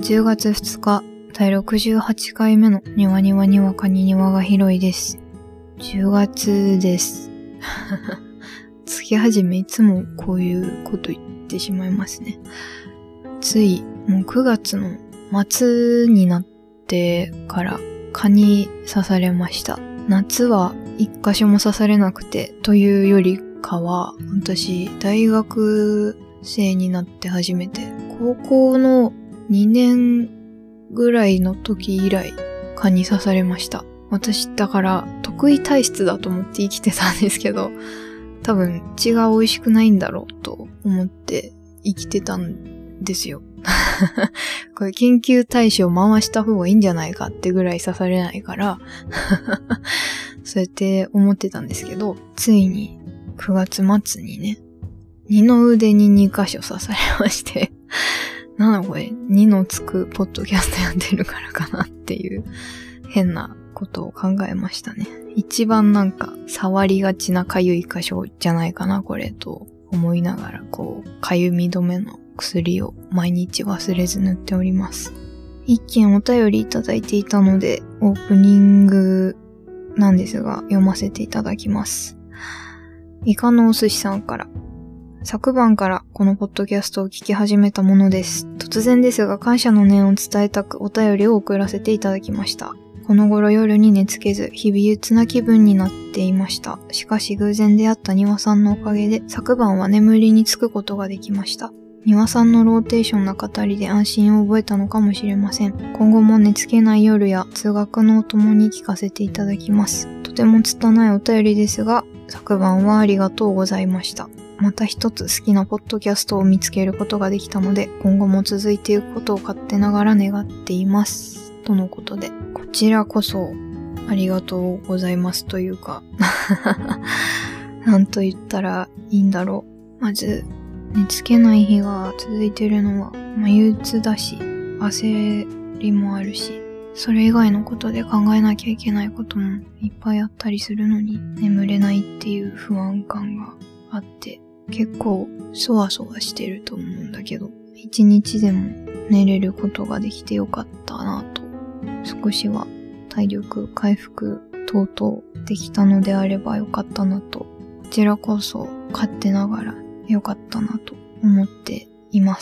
10月2日、第68回目の庭にわかに庭が広いです。10月です。月始めいつもこういうこと言ってしまいますね。ついもう9月の末になってから蚊に刺されました。夏は一箇所も刺されなくてというよりかは、私大学生になって初めて高校の2年ぐらいの時以来蚊に刺されました。私だから得意体質だと思って生きてたんですけど、多分血が美味しくないんだろうと思って生きてたんですよ。これ研究対象回した方がいいんじゃないかってぐらい刺されないからそうやって思ってたんですけど、ついに9月末にね、二の腕に2箇所刺されましてなんだこれ、2のつくポッドキャストやってるからかなっていう変なことを考えましたね。一番なんか触りがちなかゆい箇所じゃないかなこれと思いながら、こうかゆみ止めの薬を毎日忘れず塗っております。一件お便りいただいていたのでオープニングなんですが読ませていただきます。イカのお寿司さんから、昨晩からこのポッドキャストを聞き始めたものです。突然ですが感謝の念を伝えたくお便りを送らせていただきました。この頃夜に寝つけず日々憂鬱な気分になっていました。しかし偶然出会った庭さんのおかげで昨晩は眠りにつくことができました。庭さんのローテーションな語りで安心を覚えたのかもしれません。今後も寝つけない夜や通学のお供に聞かせていただきます。とても拙いお便りですが、昨晩はありがとうございました。また一つ好きなポッドキャストを見つけることができたので、今後も続いていくことを勝手ながら願っています。とのことで、こちらこそありがとうございますというか、なんと言ったらいいんだろう。まず、寝つけない日が続いているのは、憂鬱だし、焦りもあるし、それ以外のことで考えなきゃいけないこともいっぱいあったりするのに、眠れないっていう不安感があって、結構そわそわしてると思うんだけど、一日でも寝れることができてよかったなと、少しは体力回復等々できたのであればよかったなと、こちらこそ勝手ながらよかったなと思っています。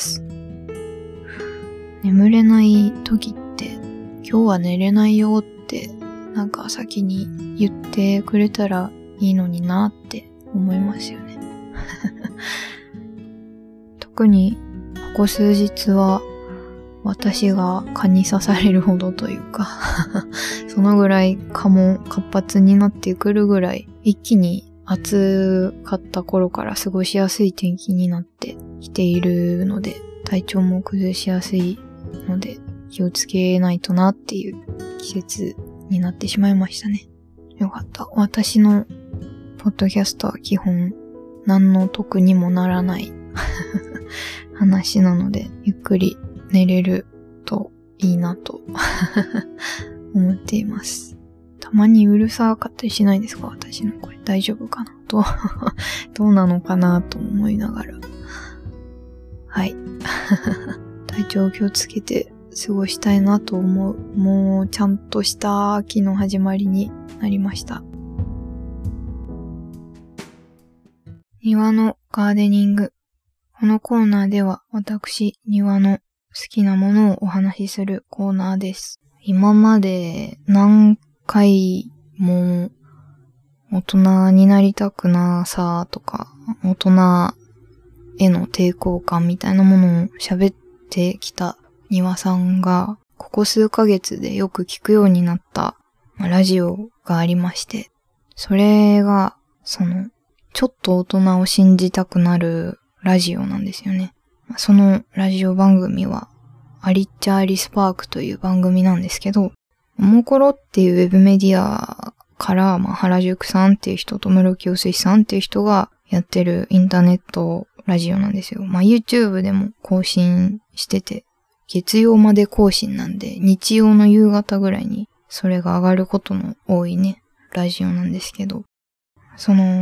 眠れない時って、今日は寝れないよってなんか先に言ってくれたらいいのになって思いますよね。特にここ数日は私が蚊に刺されるほどというかそのぐらい蚊も活発になってくるぐらい一気に暑かった頃から過ごしやすい天気になってきているので、体調も崩しやすいので気をつけないとなっていう季節になってしまいましたね。よかった。私のポッドキャストは基本何の得にもならない話なので、ゆっくり寝れるといいなと思っています。たまにうるさかったりしないですか？私の声大丈夫かなとどうなのかなと思いながら、はい体調を気をつけて過ごしたいなと思う、もうちゃんとした秋の始まりになりました。庭のガーデニング。このコーナーでは私、庭の好きなものをお話しするコーナーです。今まで何回も大人になりたくなさとか、大人への抵抗感みたいなものを喋ってきた庭さんが、ここ数ヶ月でよく聞くようになったラジオがありまして、それがちょっと大人を信じたくなるラジオなんですよね。そのラジオ番組はアリッチャーリスパークという番組なんですけど、おもころっていうウェブメディアから、原宿さんっていう人と室木お寿司さんっていう人がやってるインターネットラジオなんですよ。YouTube でも更新してて、月曜まで更新なんで、日曜の夕方ぐらいにそれが上がることの多いね、ラジオなんですけど、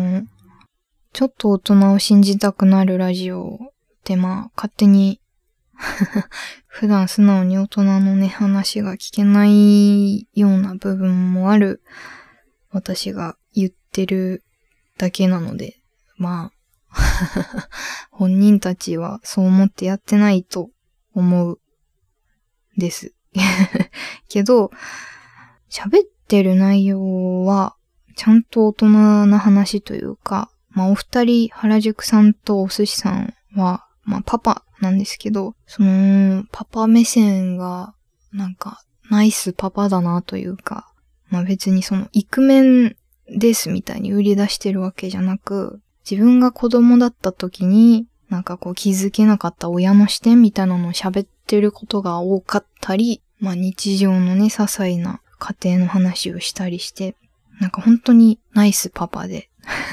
ちょっと大人を信じたくなるラジオって勝手に普段素直に大人のね、話が聞けないような部分もある私が言ってるだけなので、まあ、本人たちはそう思ってやってないと思うです。けど、喋ってる内容は、ちゃんと大人な話というか、まあお二人、原宿さんとお寿司さんは、まあパパなんですけど、そのパパ目線がなんかナイスパパだなというか、まあ別にそのイクメンですみたいに売り出してるわけじゃなく、自分が子供だった時になんかこう気づけなかった親の視点みたいなのを喋ってることが多かったり、まあ日常のね、些細な家庭の話をしたりして、なんか本当にナイスパパで。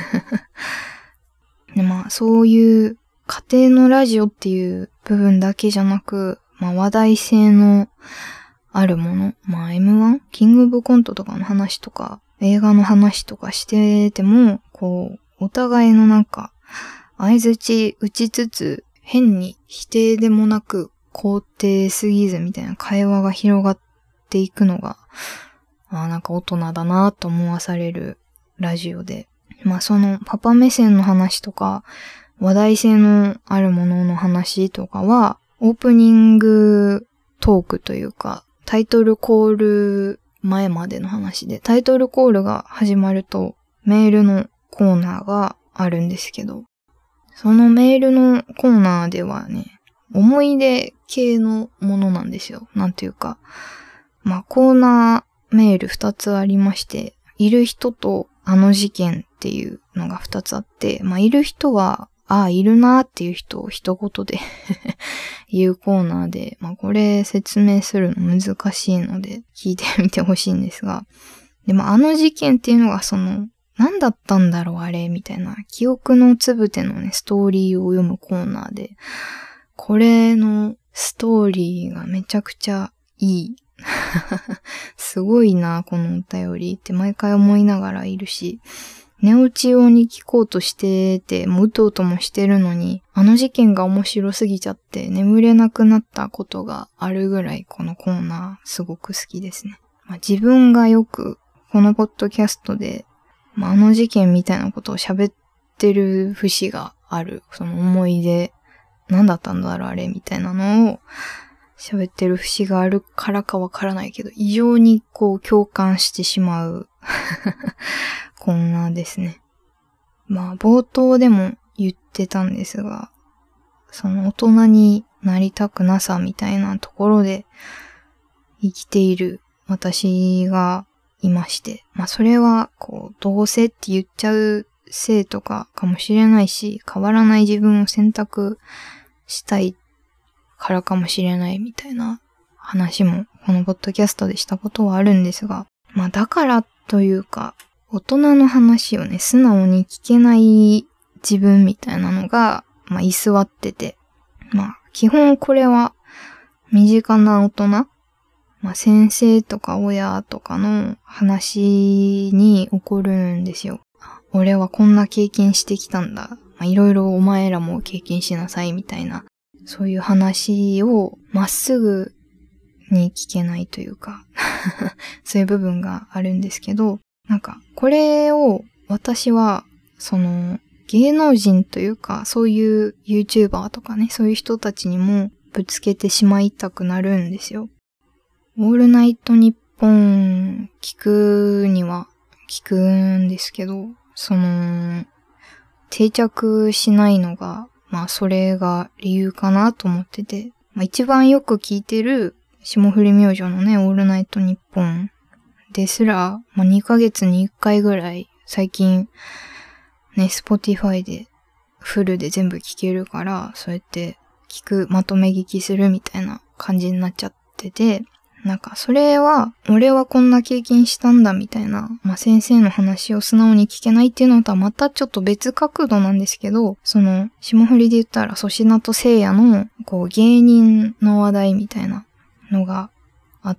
でまあそういう家庭のラジオっていう部分だけじゃなく、まあ話題性のあるもの、まあ M1? キングオブコントとかの話とか、映画の話とかしてても、こう、お互いのなんか、相槌打ちつつ、変に否定でもなく、肯定すぎずみたいな会話が広がっていくのが、なんか大人だなと思わされるラジオで。まあそのパパ目線の話とか、話題性のあるものの話とかは、オープニングトークというか、タイトルコール前までの話で、タイトルコールが始まるとメールのコーナーがあるんですけど、そのメールのコーナーではね、思い出系のものなんですよ。なんていうか、まあコーナーメール2つありまして、いる人とあの事件っていうのが2つあって、まあいる人は、いるなーっていう人を一言で言うコーナーで、まあこれ説明するの難しいので聞いてみてほしいんですが、でもあの事件っていうのがその、何だったんだろうあれみたいな、記憶のつぶてのね、ストーリーを読むコーナーで、これのストーリーがめちゃくちゃいい。すごいな、このお便りって毎回思いながらいるし、寝落ち用に聞こうとしてて、もううとうともしてるのに、あの事件が面白すぎちゃって眠れなくなったことがあるぐらいこのコーナーすごく好きですね。まあ、自分がよくこのポッドキャストで、まあ、あの事件みたいなことを喋ってる節がある。その思い出、何だったんだろうあれみたいなのを喋ってる節があるからかわからないけど、異常にこう共感してしまうコーナーですね。まあ冒頭でも言ってたんですが、その大人になりたくなさみたいなところで生きている私がいまして、まあそれはこうどうせって言っちゃうせいとかかもしれないし、変わらない自分を選択したいからかもしれないみたいな話もこのポッドキャストでしたことはあるんですが、まあだからというか、大人の話をね、素直に聞けない自分みたいなのが、まあ居座ってて、まあ基本これは身近な大人、まあ先生とか親とかの話に起こるんですよ。俺はこんな経験してきたんだ。まあいろいろお前らも経験しなさいみたいな。そういう話をまっすぐに聞けないというかそういう部分があるんですけど、なんかこれを私はその芸能人というかそういう YouTuber とかね、そういう人たちにもぶつけてしまいたくなるんですよ。オールナイトニッポン聞くには聞くんですけど、その定着しないのがまあそれが理由かなと思ってて、まあ一番よく聞いてる霜降り明星のね、オールナイトニッポンですら、まあ2ヶ月に1回ぐらい最近ね、Spotify でフルで全部聞けるから、そうやってまとめ聞きするみたいな感じになっちゃってて、なんかそれは、俺はこんな経験したんだみたいな、まあ先生の話を素直に聞けないっていうのとはまたちょっと別角度なんですけど、その、霜降りで言ったら粗品と聖夜の、こう芸人の話題みたいなのがあって、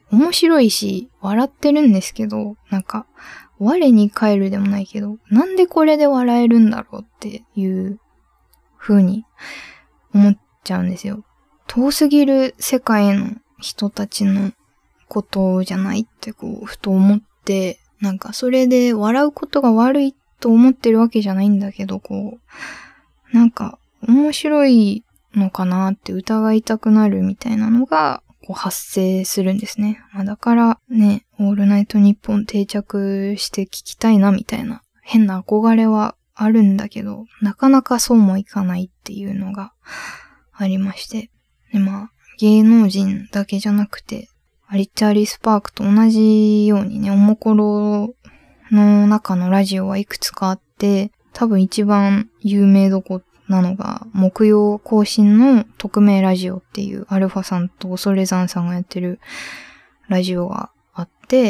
面白いし、笑ってるんですけど、なんか、我に返るでもないけど、なんでこれで笑えるんだろうっていう風に思っちゃうんですよ。 遠すぎる世界の人たちのことじゃないってふと思って、なんかそれで笑うことが悪いと思ってるわけじゃないんだけど、なんか面白いのかなって疑いたくなるみたいなのが発生するんですね。だからね、オールナイトニッポン定着して聞きたいなみたいな変な憧れはあるんだけど、なかなかそうもいかないっていうのがありまして。で、芸能人だけじゃなくて、アリッチ・アリス・パークと同じようにね、おもころの中のラジオはいくつかあって、多分一番有名どこなのが、木曜更新の匿名ラジオっていうアルファさんと恐山さんがやってるラジオがあって、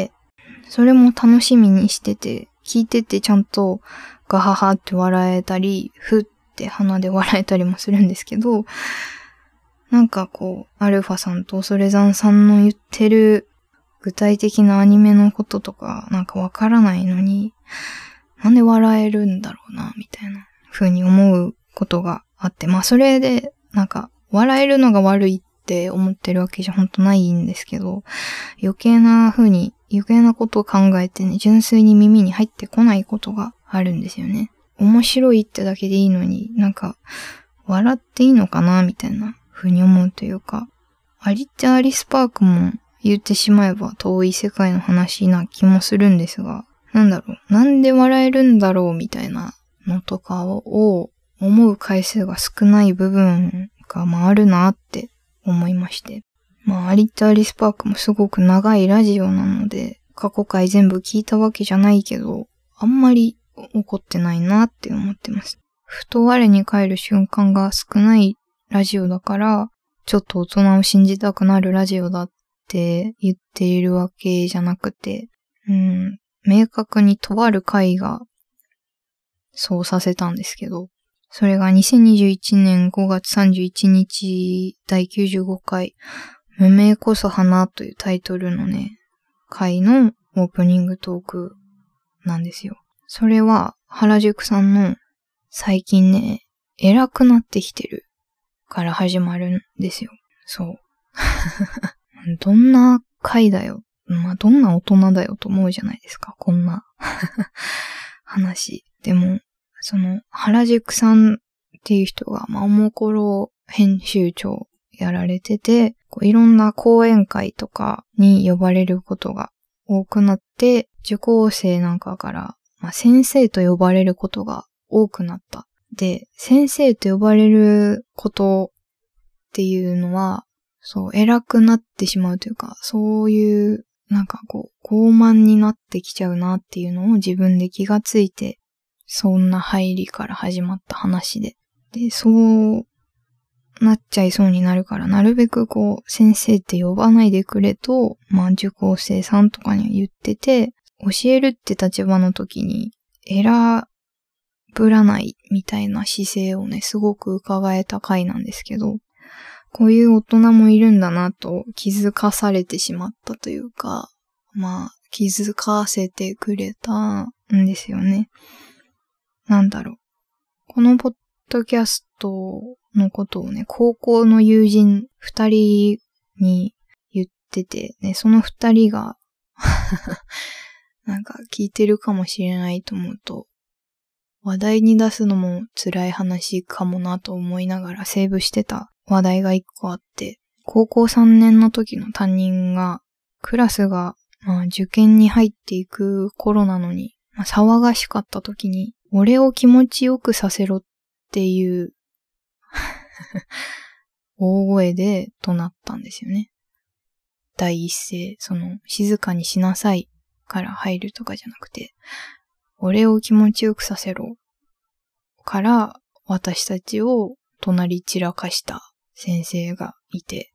それも楽しみにしてて、聞いててちゃんとガハハって笑えたり、ふって鼻で笑えたりもするんですけど、なんかアルファさんと恐山さんの言ってる具体的なアニメのこととかなんかわからないのに、なんで笑えるんだろうな、みたいな風に思うことがあって、それでなんか笑えるのが悪いって思ってるわけじゃほんとないんですけど、余計なことを考えてね、純粋に耳に入ってこないことがあるんですよね。面白いってだけでいいのに、なんか笑っていいのかな、みたいな風に思うというか、アリッチ・アリス・パークも言ってしまえば遠い世界の話な気もするんですが、なんで笑えるんだろうみたいなのとかを思う回数が少ない部分があるなって思いまして。アリッチ・アリス・パークもすごく長いラジオなので、過去回全部聞いたわけじゃないけど、あんまり怒ってないなって思ってます。ふと我に返る瞬間が少ないラジオだから、ちょっと大人を信じたくなるラジオだって言っているわけじゃなくて、明確にとある回がそうさせたんですけど、それが2021年5月31日第95回無名こそ花というタイトルのね、回のオープニングトークなんですよ。それは原宿さんの最近ね、偉くなってきてるから始まるんですよ。そう。どんな回だよ。どんな大人だよと思うじゃないですか。こんな話。でも、原宿さんっていう人が、おもころ編集長やられてて、いろんな講演会とかに呼ばれることが多くなって、受講生なんかから、先生と呼ばれることが多くなった。で、先生と呼ばれることっていうのは、偉くなってしまうというか、そういう、傲慢になってきちゃうなっていうのを自分で気がついて、そんな入りから始まった話で。で、そうなっちゃいそうになるから、なるべく先生って呼ばないでくれと、受講生さんとかには言ってて、教えるって立場の時に、偉ぶらないみたいな姿勢をね、すごく伺えた回なんですけど、こういう大人もいるんだなと気づかされてしまったというか、気づかせてくれたんですよね。このポッドキャストのことをね、高校の友人2人に言ってて、ね、その2人が聞いてるかもしれないと思うと、話題に出すのも辛い話かもなと思いながらセーブしてた話題が1個あって、高校3年の時の担任が、クラスが、受験に入っていく頃なのに、騒がしかった時に、俺を気持ちよくさせろっていう大声で怒鳴ったんですよね。第一声、静かにしなさいから入るとかじゃなくて、俺を気持ちよくさせろから私たちを隣散らかした先生がいて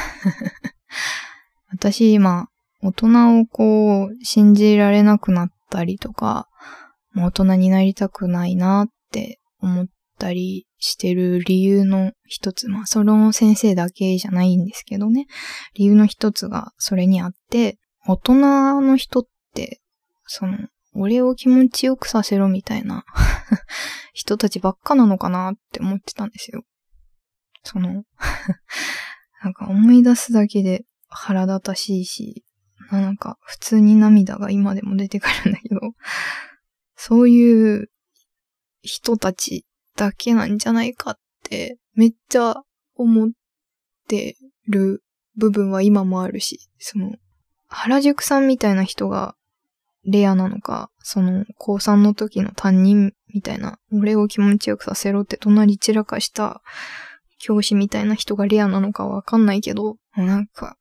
私今大人を信じられなくなったりとか、大人になりたくないなって思ったりしてる理由の一つ、その先生だけじゃないんですけどね、理由の一つがそれにあって、大人の人って俺を気持ちよくさせろみたいな人たちばっかなのかなって思ってたんですよ。 なんか思い出すだけで腹立たしいし、なんか普通に涙が今でも出てくるんだけど、そういう人たちだけなんじゃないかってめっちゃ思ってる部分は今もあるし、原宿さんみたいな人がレアなのか、高3の時の担任みたいな、俺を気持ちよくさせろって隣散らかした教師みたいな人がレアなのかわかんないけど、なんか、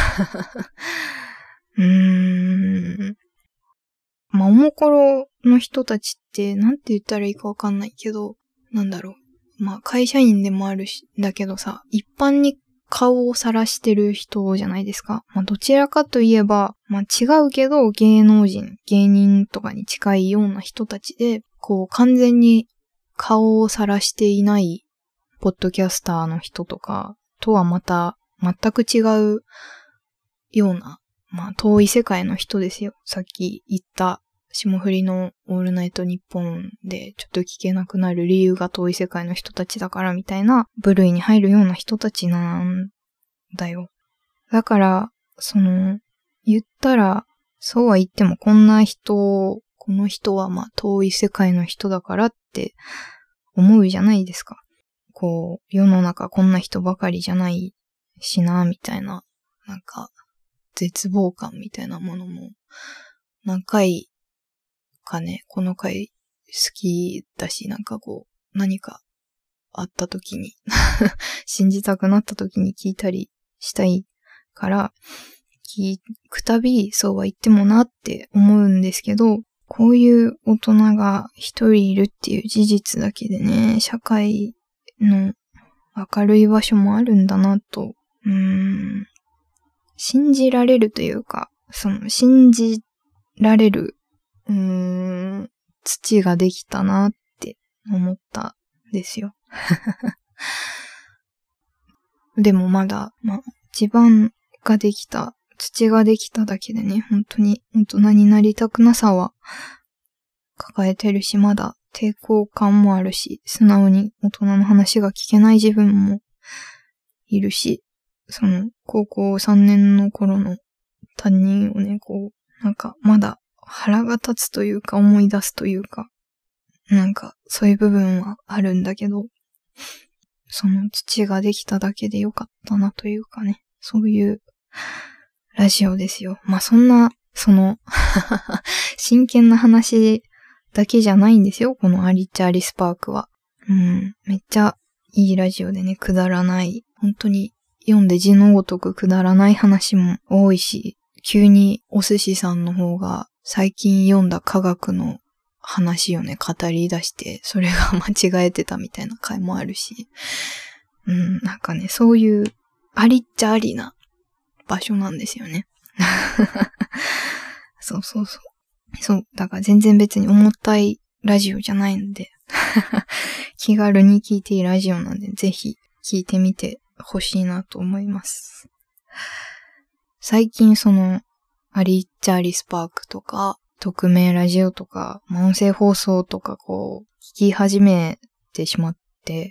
おもころの人たちって、なんて言ったらいいかわかんないけど、会社員でもあるし、だけどさ、一般に顔を晒してる人じゃないですか。どちらかといえば、違うけど芸人とかに近いような人たちで、完全に顔を晒していないポッドキャスターの人とかとはまた全く違うような、遠い世界の人ですよ。さっき言った霜降りのオールナイトニッポンでちょっと聞けなくなる理由が遠い世界の人たちだからみたいな部類に入るような人たちなんだよ。だから、言ったら、そうは言ってもこの人は遠い世界の人だからって思うじゃないですか。世の中こんな人ばかりじゃないしな、みたいな、絶望感みたいなものも、何回かね、この回好きだし、何かあった時に、信じたくなった時に聞いたりしたいから、聞くたびそうは言ってもなって思うんですけど、こういう大人が一人いるっていう事実だけでね、社会の明るい場所もあるんだなと、信じられるというか、信じられる、土ができたなって思ったんですよ。でもまだ、地盤ができた、土ができただけでね、本当に大人になりたくなさは抱えてるし、まだ抵抗感もあるし、素直に大人の話が聞けない自分もいるし、高校3年の頃の担任をね、まだ腹が立つというか思い出すというか、そういう部分はあるんだけど、土ができただけでよかったなというかね、そういうラジオですよ。そんな、真剣な話だけじゃないんですよ、このアリッチ・アリスパークは。めっちゃいいラジオでね、くだらない、本当に読んで字のごとくくだらない話も多いし、急にお寿司さんの方が最近読んだ科学の話をね、語り出して、それが間違えてたみたいな回もあるし、そういうありっちゃありな場所なんですよね。そう。そう、だから全然別に重たいラジオじゃないので、気軽に聞いていいラジオなんで、ぜひ聞いてみてほしいなと思います。最近アリッチャーリスパークとか、匿名ラジオとか、音声放送とか聞き始めてしまって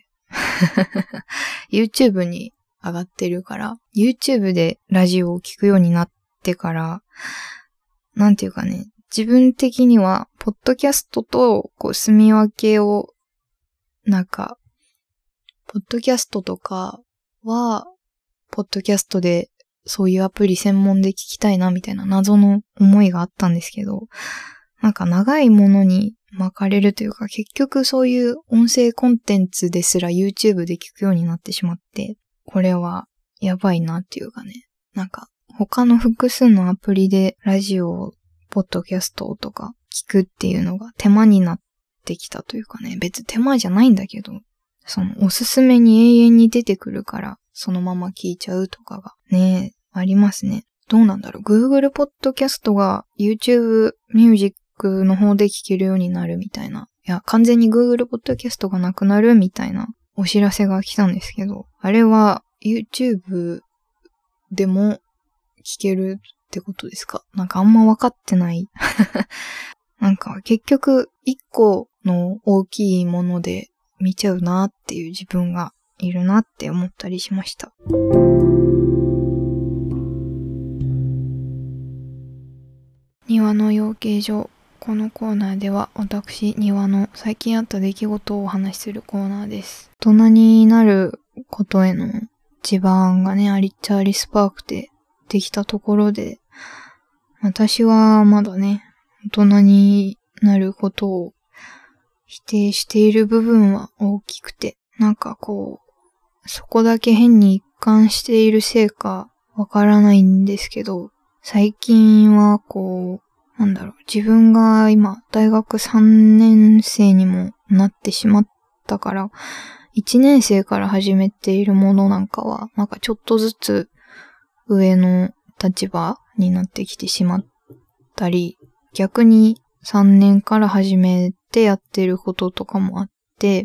、YouTube に上がってるから、YouTube でラジオを聞くようになってから、なんていうかね、自分的には、ポッドキャストと、住み分けを、ポッドキャストとかは、ポッドキャストで、そういうアプリ専門で聞きたいな、みたいな謎の思いがあったんですけど、長いものに巻かれるというか、結局そういう音声コンテンツですら YouTube で聞くようになってしまって、これはやばいなっていうかね、他の複数のアプリでラジオ、ポッドキャストとか聞くっていうのが手間になってきたというかね、別に手間じゃないんだけど、おすすめに永遠に出てくるから、そのまま聞いちゃうとかがね、ありますね。どうなんだろう。Google ポッドキャストが YouTube ミュージックの方で聞けるようになるみたいな。いや、完全に Google ポッドキャストがなくなるみたいなお知らせが来たんですけど、あれは YouTube でも聞けるってことですか？あんま分かってない。結局一個の大きいもので見ちゃうなっていう自分がいるなって思ったりしました。 庭の養鶏場。このコーナーでは私、庭の最近あった出来事をお話しするコーナーです。大人になることへの地盤がね、ありっちゃありスパークでできたところで、私はまだね、大人になることを否定している部分は大きくて、なんかこう、そこだけ変に一貫しているせいかわからないんですけど、最近はこう、自分が今大学3年生にもなってしまったから、1年生から始めているものなんかは、なんかちょっとずつ上の立場になってきてしまったり、逆に3年から始めてやってることとかもあって、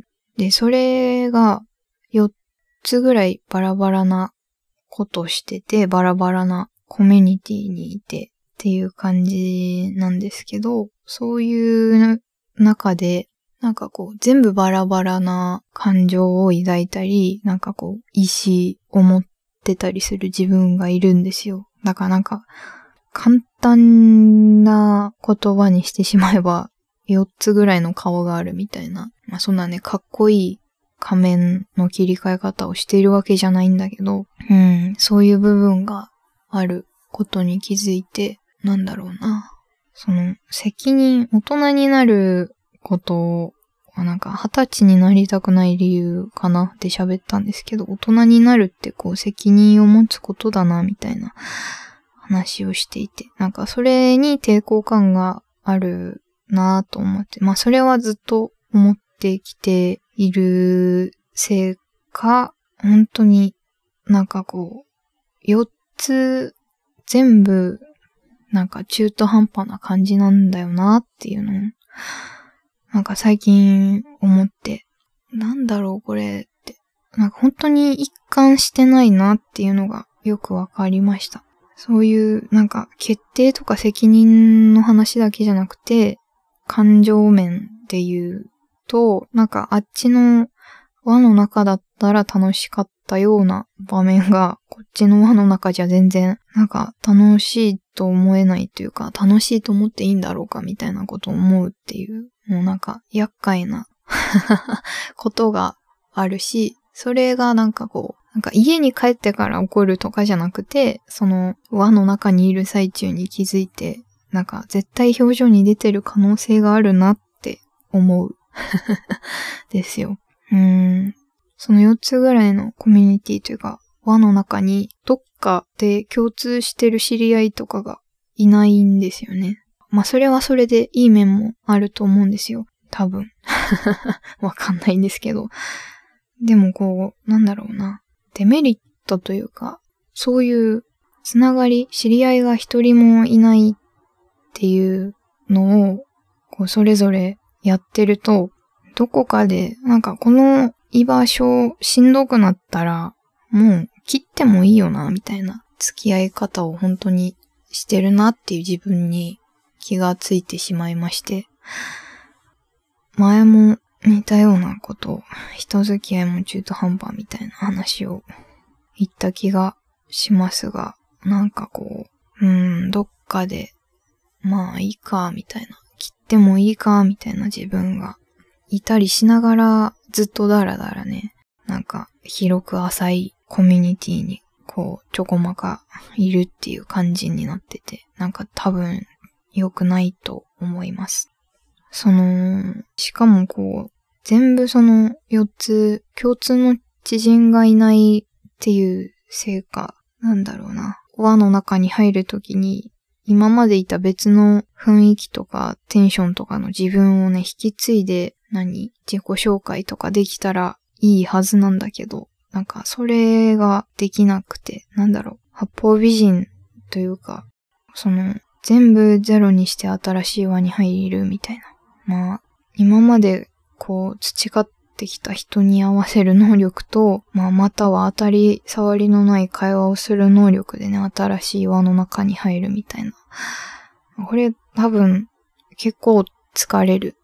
で、それが4つぐらいバラバラなことしてて、バラバラなコミュニティにいてっていう感じなんですけど、そういう中で、なんかこう全部バラバラな感情を抱いたり、なんかこう意思を持ってたりする自分がいるんですよ。だからなんか簡単な言葉にしてしまえば4つぐらいの顔があるみたいな。そんなね、かっこいい仮面の切り替え方をしているわけじゃないんだけど、そういう部分があることに気づいて、その責任、大人になることはなんか20歳になりたくない理由かなって喋ったんですけど、大人になるってこう責任を持つことだなみたいな話をしていて、なんかそれに抵抗感があるなぁと思って、それはずっと思ってきているせいか、本当になんかこう、4つ全部なんか中途半端な感じなんだよなっていうのを、なんか最近思って、これって。なんか本当に一貫してないなっていうのがよくわかりました。そういうなんか決定とか責任の話だけじゃなくて、感情面で言うと、なんかあっちの輪の中だったら楽しかったような場面が、こっちの輪の中じゃ全然、なんか楽しいと思えないというか、楽しいと思っていいんだろうかみたいなことを思うっていう、もうなんか厄介なことがあるし、それがなんかこう、なんか家に帰ってから起こるとかじゃなくて、その輪の中にいる最中に気づいて、なんか絶対表情に出てる可能性があるなって思う。ですよ。その4つぐらいのコミュニティというか、輪の中にどっかで共通してる知り合いとかがいないんですよね。それはそれでいい面もあると思うんですよ。多分。わかんないんですけど。でもこう、デメリットというか、そういうつながり、知り合いが一人もいないっていうのを、こうそれぞれやってると、どこかで、なんかこの居場所しんどくなったら、もう切ってもいいよな、みたいな付き合い方を本当にしてるなっていう自分に気がついてしまいまして、前も似たようなことを、人付き合いも中途半端みたいな話を言った気がしますが、なんかこう、どっかで、いいか、みたいな、切ってもいいか、みたいな自分がいたりしながら、ずっとだらだらね、なんか広く浅いコミュニティに、こう、ちょこまかいるっていう感じになってて、なんか多分良くないと思います。しかもこう、全部その4つ、共通の知人がいないっていうせいか、輪の中に入るときに、今までいた別の雰囲気とかテンションとかの自分をね、引き継いで、自己紹介とかできたらいいはずなんだけど、なんかそれができなくて、八方美人というか、全部ゼロにして新しい輪に入るみたいな。今までこう培ってきた人に合わせる能力と、または当たり障りのない会話をする能力でね、新しい輪の中に入るみたいな。これ多分結構疲れる。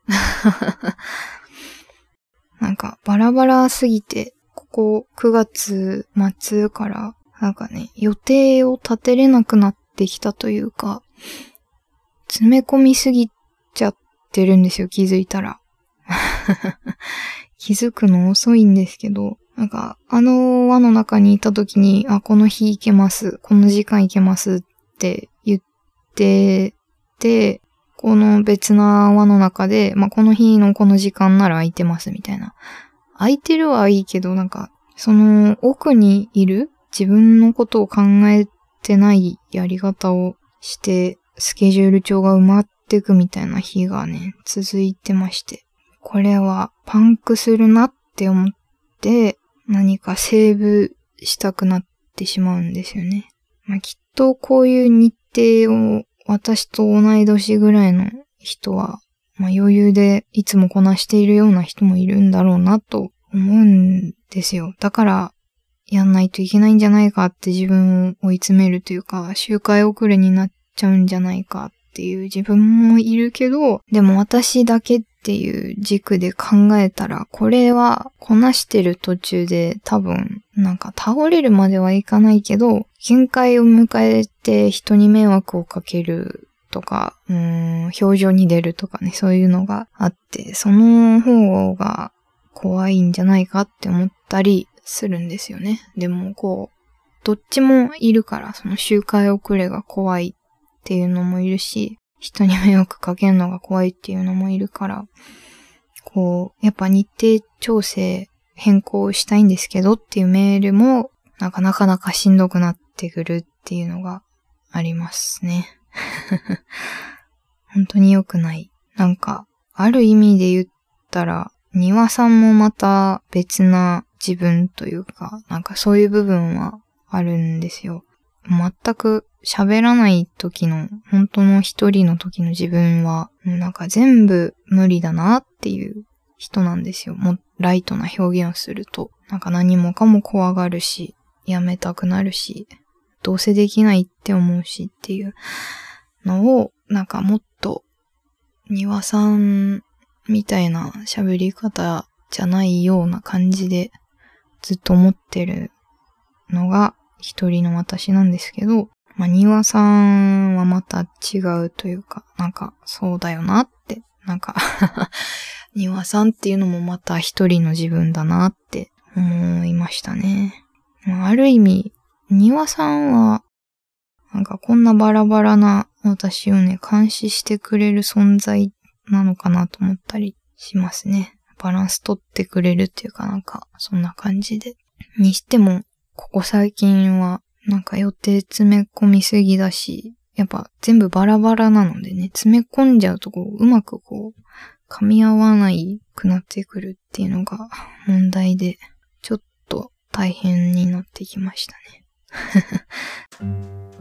なんかバラバラすぎて、ここ9月末から予定を立てれなくなってきたというか、 詰め込みすぎちゃってるんですよ、気づいたら。気づくの遅いんですけど、なんか、輪の中にいた時に、この日行けます、この時間行けますって言ってて、この別な輪の中で、この日のこの時間なら空いてますみたいな。空いてるはいいけど、なんか、その奥にいる自分のことを考えてないやり方をして、スケジュール帳が埋まってくみたいな日がね、続いてまして。これはパンクするなって思って、何かセーブしたくなってしまうんですよね。きっとこういう日程を私と同い年ぐらいの人は、余裕でいつもこなしているような人もいるんだろうなと思うんですよ。だからやんないといけないんじゃないかって自分を追い詰めるというか、周回遅れになっちゃうんじゃないかっていう自分もいるけど、でも私だけっていう軸で考えたら、これはこなしてる途中で多分なんか倒れるまではいかないけど、限界を迎えて人に迷惑をかけるとか、表情に出るとかね、そういうのがあって、その方が怖いんじゃないかって思ったりするんですよね。でもどっちもいるから、その周回遅れが怖いっていうのもいるし、人に迷惑かけるのが怖いっていうのもいるから、やっぱ日程調整変更したいんですけどっていうメールも、なかなかしんどくなってくるっていうのがありますね。本当に良くない。なんか、ある意味で言ったら、庭さんもまた別な自分というか、なんかそういう部分はあるんですよ。全く喋らない時の、本当の一人の時の自分は、なんか全部無理だなっていう人なんですよ。もうライトな表現をすると。なんか何もかも怖がるし、やめたくなるし、どうせできないって思うしっていうのを、なんかもっと、庭さんみたいな喋り方じゃないような感じでずっと思ってるのが一人の私なんですけど、庭さんはまた違うというか、なんかそうだよなって、なんか庭さんっていうのもまた一人の自分だなって思いましたね。ある意味、庭さんはなんかこんなバラバラな私をね、監視してくれる存在なのかなと思ったりしますね。バランス取ってくれるっていうかなんかそんな感じで。にしても、ここ最近はなんか予定詰め込みすぎだし、やっぱ全部バラバラなのでね、詰め込んじゃうとうまく噛み合わないくなってくるっていうのが問題で、ちょっと大変になってきましたね。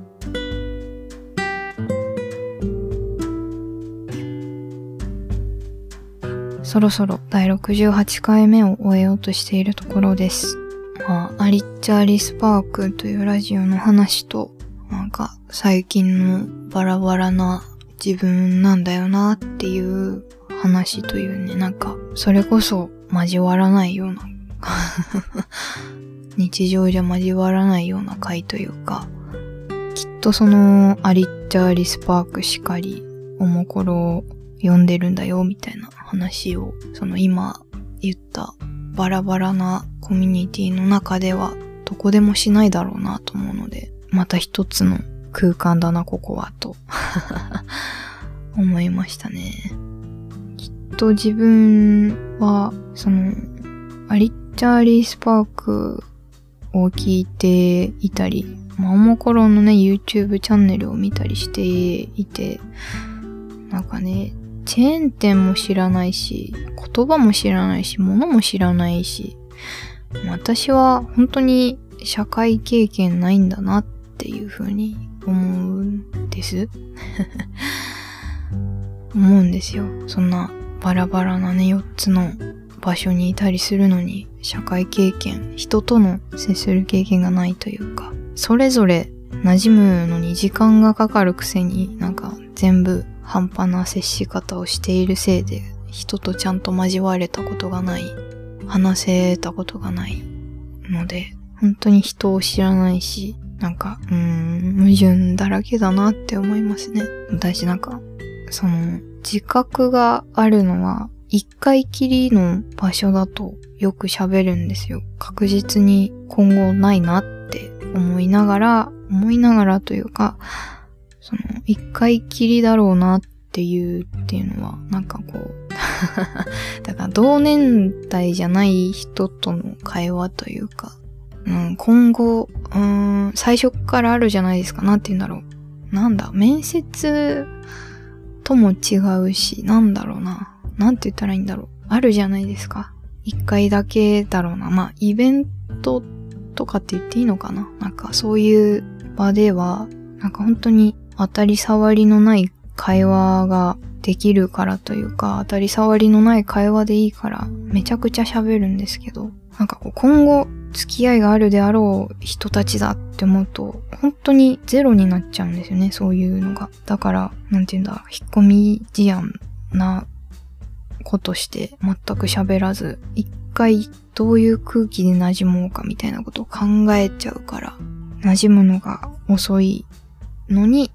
そろそろ第68回目を終えようとしているところです。アリッチャーリスパークというラジオの話と、なんか最近のバラバラな自分なんだよなっていう話というね、なんかそれこそ交わらないような日常じゃ交わらないような回というか、きっとそのアリッチャーリスパークしかりおもころを読んでるんだよみたいな話を、その今言ったバラバラなコミュニティの中ではどこでもしないだろうなと思うので、また一つの空間だなここはと思いましたね。きっと自分はそのアリッチャーリスパークを聞いていたり、おもころのね YouTube チャンネルを見たりしていて、なんかね、チェーン店も知らないし、言葉も知らないし、物も知らないし、私は本当に社会経験ないんだなっていう風に思うんです思うんですよ。そんなバラバラなね4つの場所にいたりするのに、社会経験、人との接する経験がないというか、それぞれ馴染むのに時間がかかるくせに、なんか全部半端な接し方をしているせいで、人とちゃんと交われたことがない、話せたことがないので、本当に人を知らないし、 なんか、矛盾だらけだなって思いますね。私なんか、自覚があるのは、一回きりの場所だとよく喋るんですよ。確実に今後ないなって思いながらというか、一回きりだろうなっていうのは、なんかこう、だから同年代じゃない人との会話というか、今後、最初からあるじゃないですか。なんて言うんだろう。なんだ、面接とも違うし、なんだろうな。なんて言ったらいいんだろう。あるじゃないですか。一回だけだろうな。まあ、イベントとかって言っていいのかな。なんかそういう場では、なんか本当に当たり障りのない会話ができるからというか、当たり障りのない会話でいいから、めちゃくちゃ喋るんですけど、なんかこう今後付き合いがあるであろう人たちだって思うと、本当にゼロになっちゃうんですよね、そういうのが。だから、なんて言うんだ、引っ込み思案なことして全く喋らず、一回どういう空気で馴染もうかみたいなことを考えちゃうから、馴染むのが遅いのに、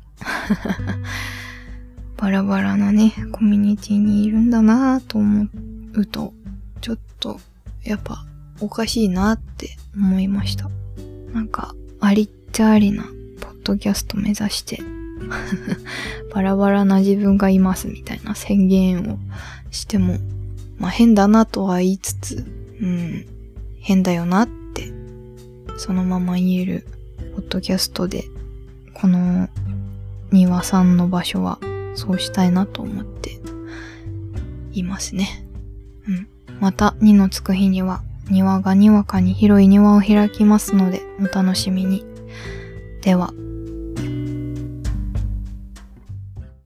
バラバラなね、コミュニティにいるんだなぁと思うと、ちょっと、やっぱ、おかしいなって思いました。なんか、ありっちゃありな、ポッドキャスト目指して、バラバラな自分がいますみたいな宣言をしても、まあ変だなとは言いつつ、変だよなって、そのまま言える、ポッドキャストで、この、庭さんの場所は、そうしたいなと思っていますね。また2のつく日には庭がにわかに広い庭を開きますのでお楽しみに。では。